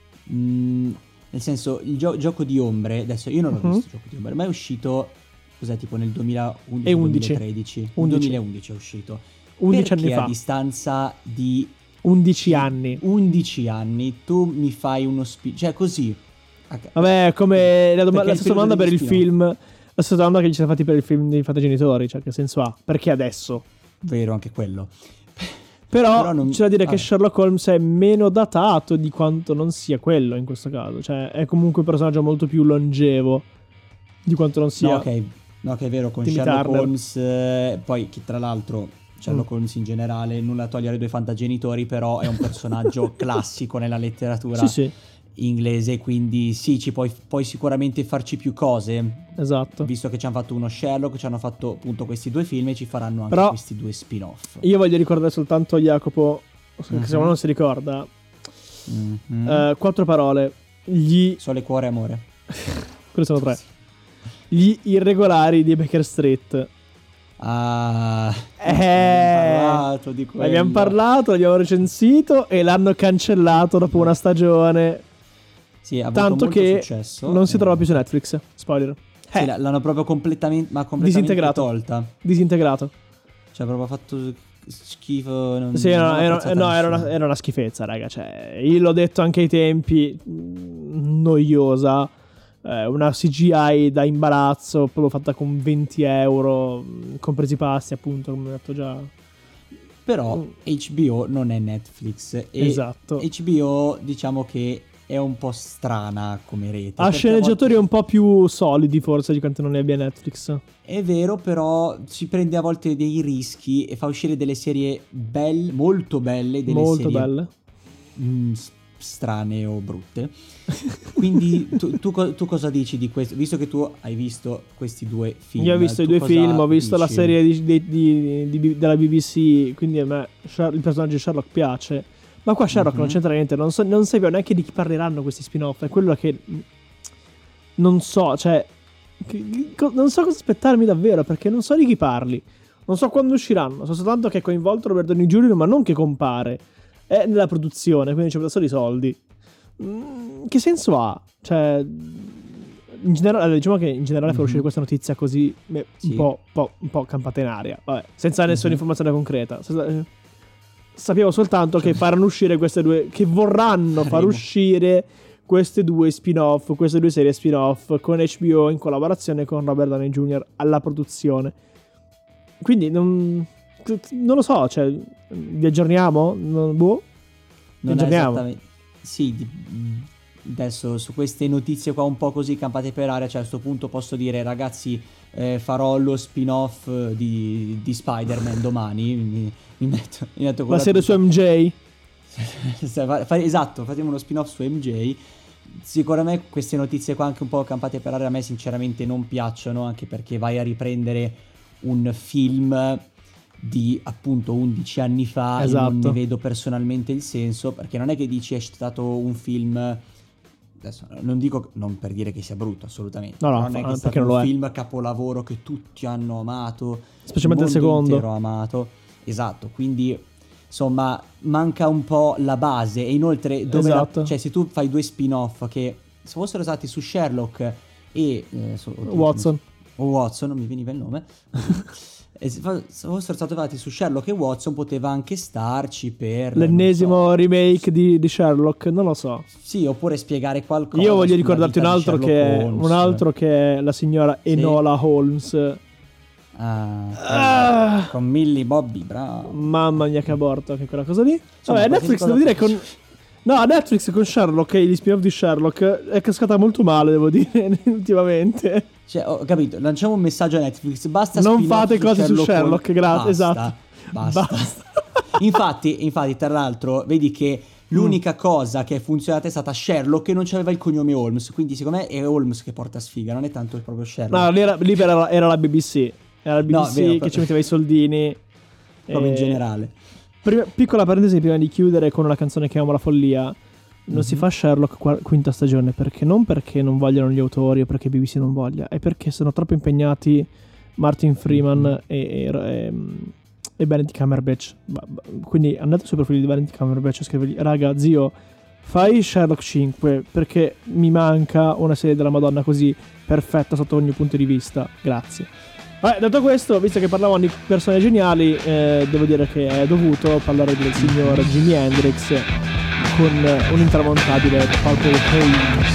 nel senso, il gioco di ombre, adesso io non l'ho visto il gioco di ombre, ma è uscito, cos'è, tipo nel 2011-2013? 2011 è uscito. 11 anni fa. A distanza di 11 anni tu mi fai uno cioè così. Vabbè, come la stessa domanda per il film. La stessa domanda che ci siamo fatti per il film di Fate Genitori, cioè che senso ha? Perché adesso? Vero, anche quello. Però c'è da dire che Sherlock Holmes è meno datato di quanto non sia quello in questo caso. Cioè è comunque un personaggio molto più longevo di quanto non sia. No, che è vero, con Sherlock Holmes, poi che tra l'altro Sherlock Holmes in generale, nulla a togliere ai due fantagenitori, però è un personaggio classico nella letteratura inglese, quindi sì, ci puoi sicuramente farci più cose. Esatto. Visto che ci hanno fatto uno Sherlock, ci hanno fatto appunto questi due film e ci faranno anche questi due spin-off. Io voglio ricordare soltanto Jacopo, se uno non si ricorda, 4 parole. Sole, cuore, amore. Quelle sono 3. Gli irregolari di Baker Street. Abbiamo parlato, l'abbiamo recensito e l'hanno cancellato dopo una stagione. Sì, ha avuto tanto molto che successo. Non si trova più su Netflix. Spoiler. Sì, l'hanno proprio completamente tolta. Disintegrato. Cioè, proprio fatto schifo. Era una schifezza, raga. Cioè, io l'ho detto anche ai tempi. Noiosa. Una CGI da imbarazzo, proprio fatta con 20 euro, compresi i passi, appunto, come ho detto già. Però HBO non è Netflix. Esatto. HBO, diciamo che è un po' strana come rete. Ha sceneggiatori un po' più solidi, forse, di quanto non ne abbia Netflix. È vero, però si prende a volte dei rischi e fa uscire delle serie molto belle, delle serie belle. Strane o brutte. Quindi tu cosa dici di questo? Visto che tu hai visto questi due film. Io ho visto i due film, ho visto la serie della BBC, quindi a me il personaggio di Sherlock piace. Ma qua Sherlock non c'entra niente, non sappiamo neanche di chi parleranno questi spin-off. È quello che non so, cioè non so cosa aspettarmi davvero, perché non so di chi parli, non so quando usciranno, so soltanto che è coinvolto Robert Downey Jr., ma non che compare, è nella produzione, quindi ci ha preso i soldi. Che senso ha? Cioè, in generale, diciamo che in generale fa uscire questa notizia così un po' campata in aria, vabbè, senza nessuna informazione concreta. Sappiamo soltanto che faranno uscire queste due, che vorranno far uscire queste due spin-off, queste due serie spin-off con HBO in collaborazione con Robert Downey Jr. alla produzione. Quindi non lo so, cioè, vi aggiorniamo? Vi aggiorniamo. Sì, adesso su queste notizie qua un po' così campate per aria, cioè a questo punto posso dire, ragazzi, farò lo spin-off di Spider-Man domani, mi metto con la serie su MJ. Esatto, faremo uno spin-off su MJ. Sicuramente queste notizie qua anche un po' campate per aria a me sinceramente non piacciono, anche perché vai a riprendere un film di appunto 11 anni fa. Esatto. E non ne vedo personalmente il senso, perché non è che dici è stato un film, adesso non dico, non per dire che sia brutto, assolutamente, no, non è che è stato un film capolavoro che tutti hanno amato, specialmente il secondo intero amato, esatto, quindi insomma manca un po' la base. E inoltre esatto. cioè se tu fai due spin-off che se fossero stati su Sherlock e Watson, non mi veniva il nome e se fossero stati fatti su Sherlock e Watson, poteva anche starci per l'ennesimo remake di Sherlock, non lo so. Sì, oppure spiegare qualcosa. Io voglio ricordarti un altro che è la signora Enola Holmes. Con Millie Bobby Brown. Mamma mia che aborto che quella cosa lì. Vabbè, Netflix devo dire Netflix con Sherlock e gli spin-off di Sherlock è cascata molto male, devo dire, ultimamente. Cioè, ho capito, lanciamo un messaggio a Netflix, basta non fate cose su Sherlock, grazie, esatto. Basta. infatti, tra l'altro, vedi che l'unica cosa che è funzionata è stata Sherlock, che non c'aveva il cognome Holmes, quindi secondo me è Holmes che porta sfiga, non è tanto proprio Sherlock. No, lì era la BBC. Era la BBC vero, che ci metteva i soldini. Proprio in generale. Piccola parentesi prima di chiudere con una canzone che amo la follia. Non si fa Sherlock quinta stagione perché non vogliono gli autori o perché BBC non voglia, è perché sono troppo impegnati Martin Freeman e Benedict Cumberbatch. Quindi andate sui profili di Benedict Cumberbatch e scrivergli: raga, zio, fai Sherlock 5 perché mi manca una serie della Madonna così perfetta sotto ogni punto di vista, grazie. Detto questo, visto che parlavamo di persone geniali, devo dire che è dovuto parlare del signor Jimi Hendrix con un intramontabile Purple Haze.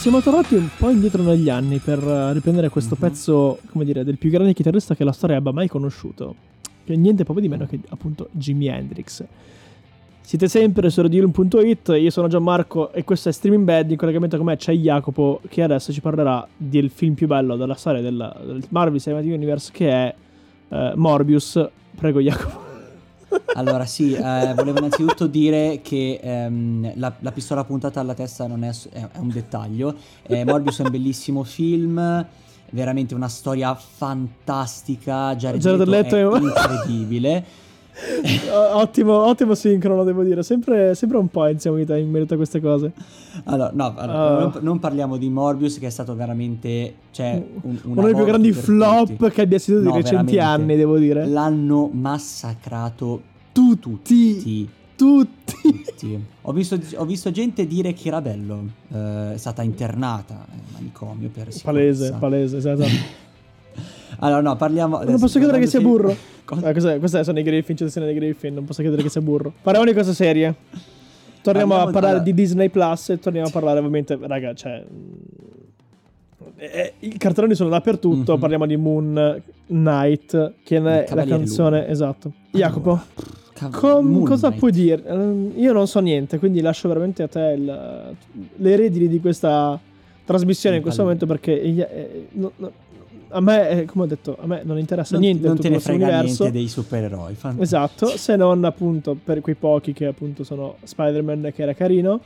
siamo tornati un po' indietro negli anni per riprendere questo pezzo, come dire, del più grande chitarrista che la storia abbia mai conosciuto, che è niente proprio di meno che appunto Jimi Hendrix. Siete sempre su RadioILM.it, io sono Gianmarco e questo è Streaming Bad. In collegamento con me c'è Jacopo, che adesso ci parlerà del film più bello della storia del Marvel Cinematic Universe, che è Morbius. Prego Jacopo. Allora sì, volevo innanzitutto dire che la pistola puntata alla testa non è un dettaglio. Morbius è un bellissimo film, veramente una storia fantastica. Jared Leto è incredibile. Ottimo sincrono, devo dire. Sempre un po' insieme in merito a queste cose. Allora, non parliamo di Morbius, che è stato veramente uno dei più grandi flop tutti. Che abbia sido di recenti anni, devo dire. L'hanno massacrato tutti. Ho visto gente dire che era bello, è stata internata in manicomio per sicurezza. Palese, esatto. Allora no, parliamo. Non posso credere che sia burro. Questi sono i Griffin, citazione dei Griffin. Non posso credere che sia burro. Parliamo di cose serie. Torniamo a parlare di Disney Plus e torniamo a parlare ovviamente, raga, i cartelloni sono dappertutto. Parliamo di Moon Knight, che è la canzone, esatto. Jacopo, cosa puoi dire? Io non so niente, quindi lascio veramente a te le redini di questa trasmissione in questo momento, perché a me, come ho detto, a me non interessa niente. Non te ne frega niente dei supereroi. Esatto, se non appunto per quei pochi che appunto sono Spider-Man, che era carino,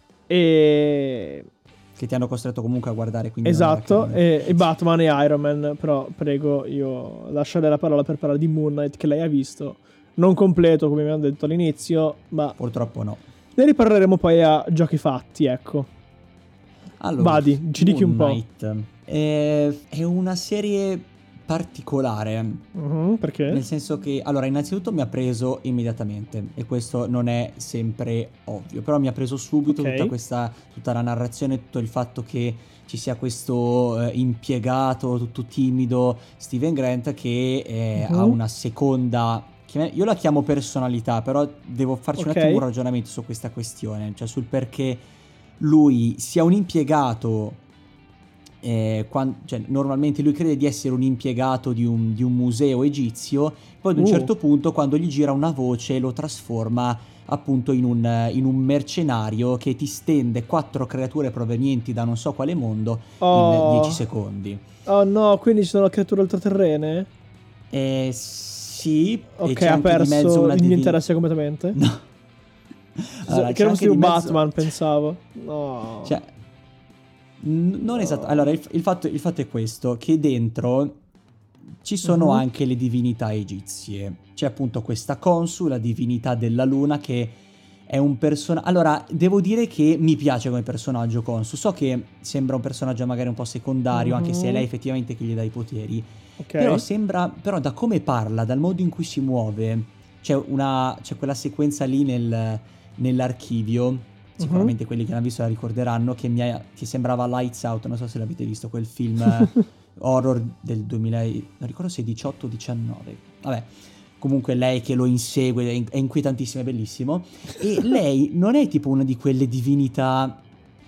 e che ti hanno costretto comunque a guardare. Quindi esatto, e Batman e Iron Man. Però prego, io lasciare la parola per parlare di Moon Knight, che lei ha visto. Non completo, come abbiamo detto all'inizio, ma purtroppo no. Ne riparleremo poi a giochi fatti, ecco. Allora, Vadi, ci dichi un po'. È una serie particolare. Perché? Nel senso che, allora, innanzitutto mi ha preso immediatamente, e questo non è sempre ovvio, però mi ha preso subito tutta la narrazione, tutto il fatto che ci sia questo impiegato tutto timido, Steven Grant, che ha una seconda, io la chiamo personalità, però devo farci un attimo un ragionamento su questa questione, cioè sul perché lui sia un impiegato. Normalmente lui crede di essere un impiegato di un museo egizio, poi ad un certo punto, quando gli gira una voce, lo trasforma appunto in un mercenario che ti stende 4 creature provenienti da non so quale mondo in 10 secondi. Oh no, quindi ci sono creature ultraterrene? Sì. Ok, ha perso il mio interesse completamente. No. Allora, che era un Batman, pensavo. No. Non esatto. Allora, il fatto è questo, che dentro ci sono anche le divinità egizie. C'è appunto questa Khonsu, la divinità della luna, che è un personaggio. Allora, devo dire che mi piace come personaggio Khonsu. So che sembra un personaggio magari un po' secondario, anche se è lei effettivamente che gli dà i poteri. Però però da come parla, dal modo in cui si muove, c'è quella sequenza lì nell'archivio. Sicuramente quelli che l'hanno visto la ricorderanno, che sembrava Lights Out. Non so se l'avete visto, quel film horror del 2000, non ricordo se 18 o 19. Vabbè, comunque lei che lo insegue è inquietantissimo, è bellissimo. E lei non è tipo una di quelle divinità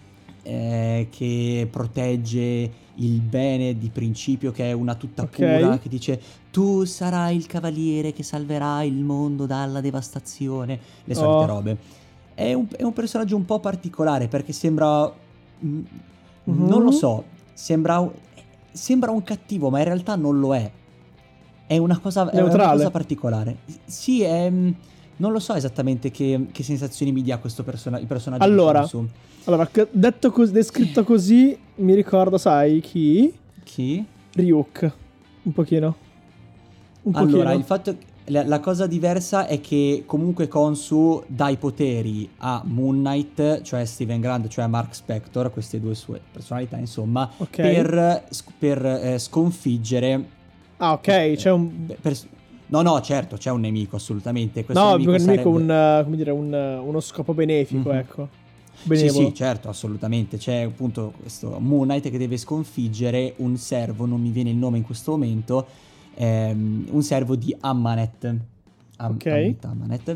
che protegge il bene di principio, che è una tutta pura, che dice tu sarai il cavaliere che salverà il mondo dalla devastazione, le solite robe. È un personaggio un po' particolare, perché sembra non lo so, sembra un cattivo, ma in realtà non lo è. È una cosa particolare. Sì, non lo so esattamente che sensazioni mi dia questo il personaggio. Allora, descritto così, mi ricordo, sai chi? Ryuk, un pochino. Allora, il fatto che la cosa diversa è che comunque Khonsu dà i poteri a Moon Knight, cioè Steven Grant, cioè a Mark Spector, queste due sue personalità, insomma, per sconfiggere. Ah, ok, c'è un... No, certo, c'è un nemico, assolutamente. Questo nemico uno scopo benefico, ecco. Benevolo. Sì, certo, assolutamente. C'è appunto questo Moon Knight che deve sconfiggere un servo, non mi viene il nome in questo momento, un servo di Ammanet. Ammanet,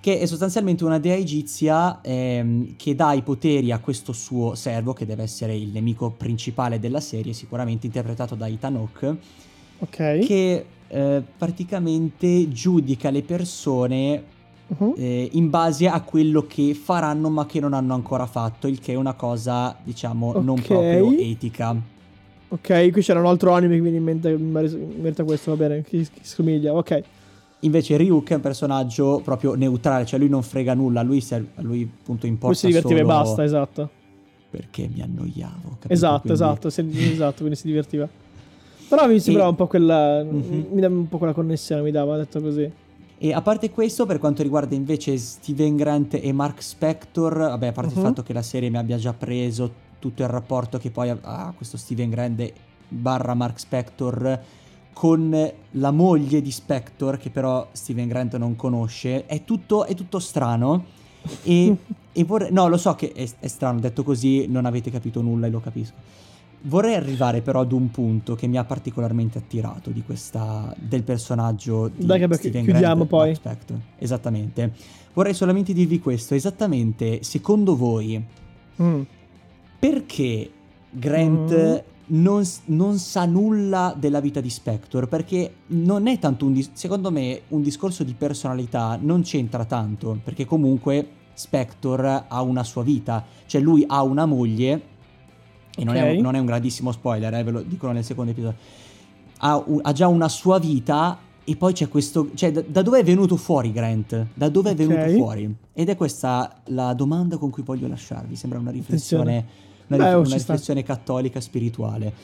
che è sostanzialmente una dea egizia che dà i poteri a questo suo servo, che deve essere il nemico principale della serie, sicuramente interpretato da Ethan Hawke, che praticamente giudica le persone in base a quello che faranno ma che non hanno ancora fatto, il che è una cosa, diciamo, non proprio etica. Ok, qui c'era un altro anime che viene in mente in merito a questo, va bene, chi somiglia, ok. Invece Ryuk è un personaggio proprio neutrale, cioè lui non frega nulla, a lui appunto importa lui si divertiva solo... e basta, esatto. Perché mi annoiavo, capito? Esatto, quindi si divertiva. Però mi sembrava un po' quella... mi dava un po' quella connessione, mi dava, detto così. E a parte questo, per quanto riguarda invece Steven Grant e Mark Spector, vabbè, a parte il fatto che la serie mi abbia già preso tutto il rapporto che poi ha questo Steven Grant barra Mark Spector con la moglie di Spector, che però Steven Grant non conosce, è tutto strano e no, lo so che è strano, detto così non avete capito nulla e lo capisco. Vorrei arrivare però ad un punto che mi ha particolarmente attirato del personaggio di Steven Grant poi. Mark Spector. Esattamente. Vorrei solamente dirvi questo, esattamente, secondo voi perché Grant non sa nulla della vita di Spector? Perché non è tanto secondo me un discorso di personalità non c'entra tanto, perché comunque Spector ha una sua vita, cioè lui ha una moglie e non è un grandissimo spoiler, ve lo dicono nel secondo episodio, ha già una sua vita e poi c'è questo, cioè da dove è venuto fuori Grant? Da dove è venuto fuori? Ed è questa la domanda con cui voglio lasciarvi, sembra una riflessione una riflessione cattolica spirituale.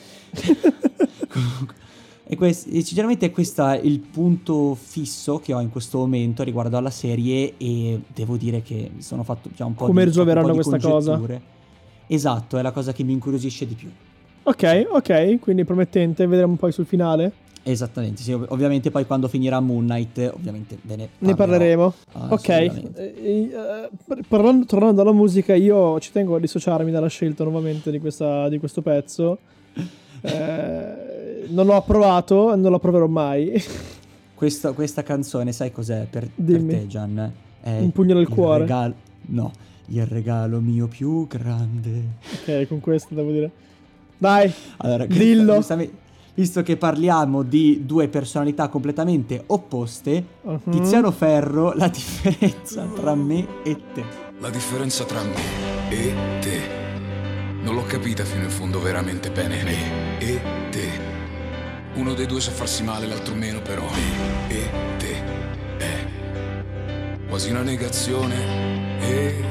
E sinceramente è questo il punto fisso che ho in questo momento riguardo alla serie, e devo dire che mi sono fatto già un po' come risolveranno questa cosa. Esatto, è la cosa che mi incuriosisce di più. Ok, quindi promettente, vedremo poi sul finale. Esattamente, sì, ovviamente poi quando finirà Moon Knight ovviamente ne parleremo. Ok, tornando alla musica, io ci tengo a dissociarmi dalla scelta nuovamente di questo pezzo. Non l'ho approvato e non lo approverò mai. Questa canzone, sai cos'è per te, Gian? È un pugno nel cuore. Il regalo mio più grande. Ok, con questo devo dire. Dai, allora, dillo. Visto che parliamo di due personalità completamente opposte, Tiziano Ferro, la differenza tra me e te. La differenza tra me e te non l'ho capita fino in fondo veramente bene. Me e te, uno dei due sa farsi male, l'altro meno, però me e te è quasi una negazione. E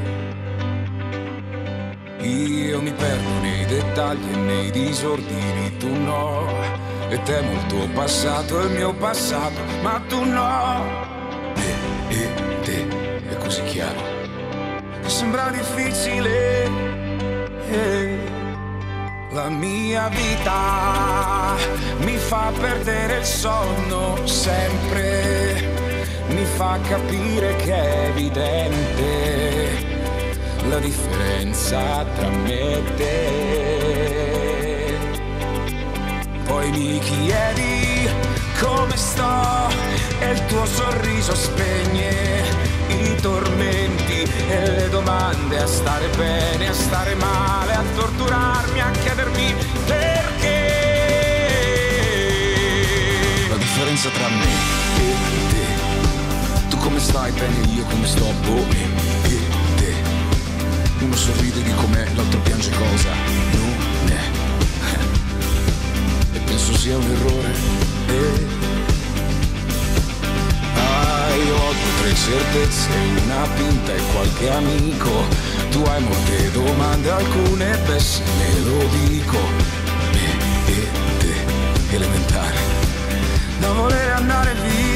io mi perdo nei dettagli e nei disordini, tu no. E temo il tuo passato e il mio passato, ma tu no. Me e te è così chiaro che sembra difficile. La mia vita mi fa perdere il sonno sempre, mi fa capire che è evidente la differenza tra me e te. Poi mi chiedi come sto e il tuo sorriso spegne i tormenti e le domande, a stare bene, a stare male, a torturarmi, a chiedermi perché. La differenza tra me e te, tu come stai bene, io come sto, me e te. Uno sorride di com'è, l'altro piange cosa non è. E penso sia un errore. Io ho 2 o 3 certezze, una pinta e qualche amico. Tu hai molte domande, alcune pessime, lo dico. Me e te, elementare, da voler andare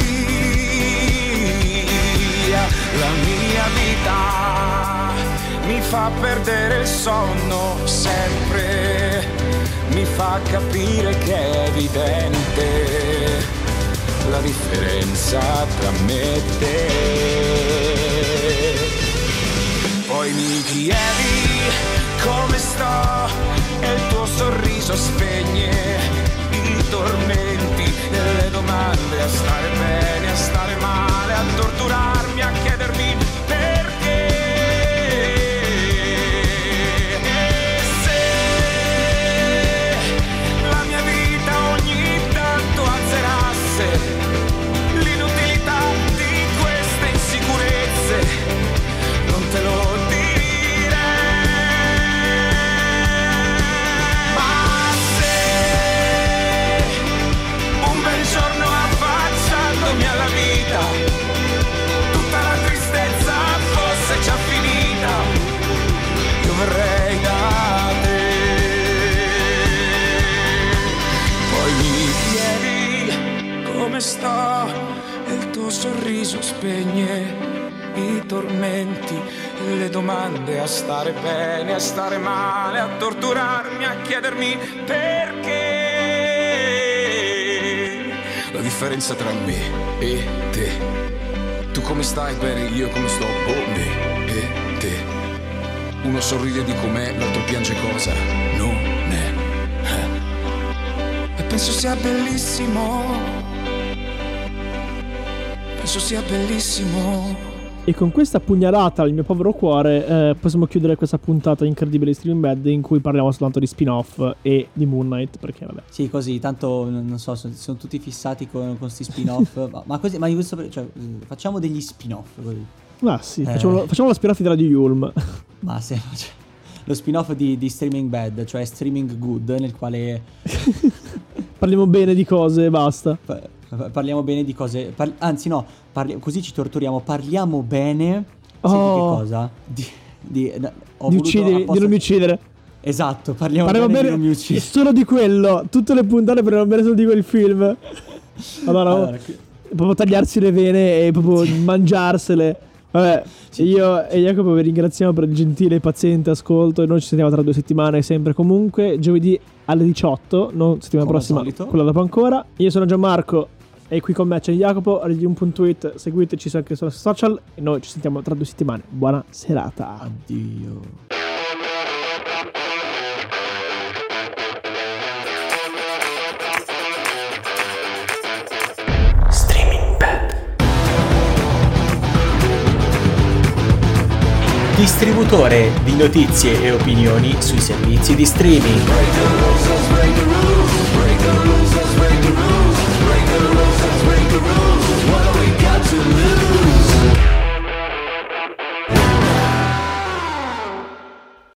via. La mia vita mi fa perdere il sonno sempre, mi fa capire che è evidente la differenza tra me e te. Poi mi chiedi come sto e il tuo sorriso spegne i tormenti e le domande, a stare bene, a stare male, a torturarmi, a chiedermi come sto, e il tuo sorriso spegne i tormenti, le domande, a stare bene, a stare male, a torturarmi, a chiedermi perché. La differenza tra me e te, tu come stai bene, io come sto, me e te. Uno sorride di com'è, l'altro piange cosa non è. E penso sia bellissimo, penso sia bellissimo. E con questa pugnalata al mio povero cuore possiamo chiudere questa puntata incredibile di Streaming Bad, in cui parliamo soltanto di spin-off e di Moon Knight, perché vabbè. Sì, così, tanto non so, sono tutti fissati con sti spin-off. ma così, ma questo, cioè, facciamo degli spin-off così. Ah sì, facciamo lo spin-off di Radio Yulm. Ma se cioè, lo spin-off di Streaming Bad, cioè Streaming Good, nel quale parliamo bene di cose e basta. Parliamo bene di cose, anzi no, così ci torturiamo. Parliamo bene di che cosa? Di uccidere, di non mi uccidere. Esatto, parliamo bene di non mi uccidere. Solo di quello, tutte le puntate parliamo bene solo di quel film. Allora proprio tagliarsi le vene e proprio mangiarsele. Vabbè, io e Jacopo vi ringraziamo per il gentile e paziente ascolto, e noi ci sentiamo tra 2 settimane sempre comunque, giovedì alle 18, non settimana come prossima, solito. quella dopo ancora. Io sono Gianmarco e qui con me c'è Jacopo, radium.it, seguiteci anche sui social e noi ci sentiamo tra 2 settimane. Buona serata. Addio. Distributore di notizie e opinioni sui servizi di streaming.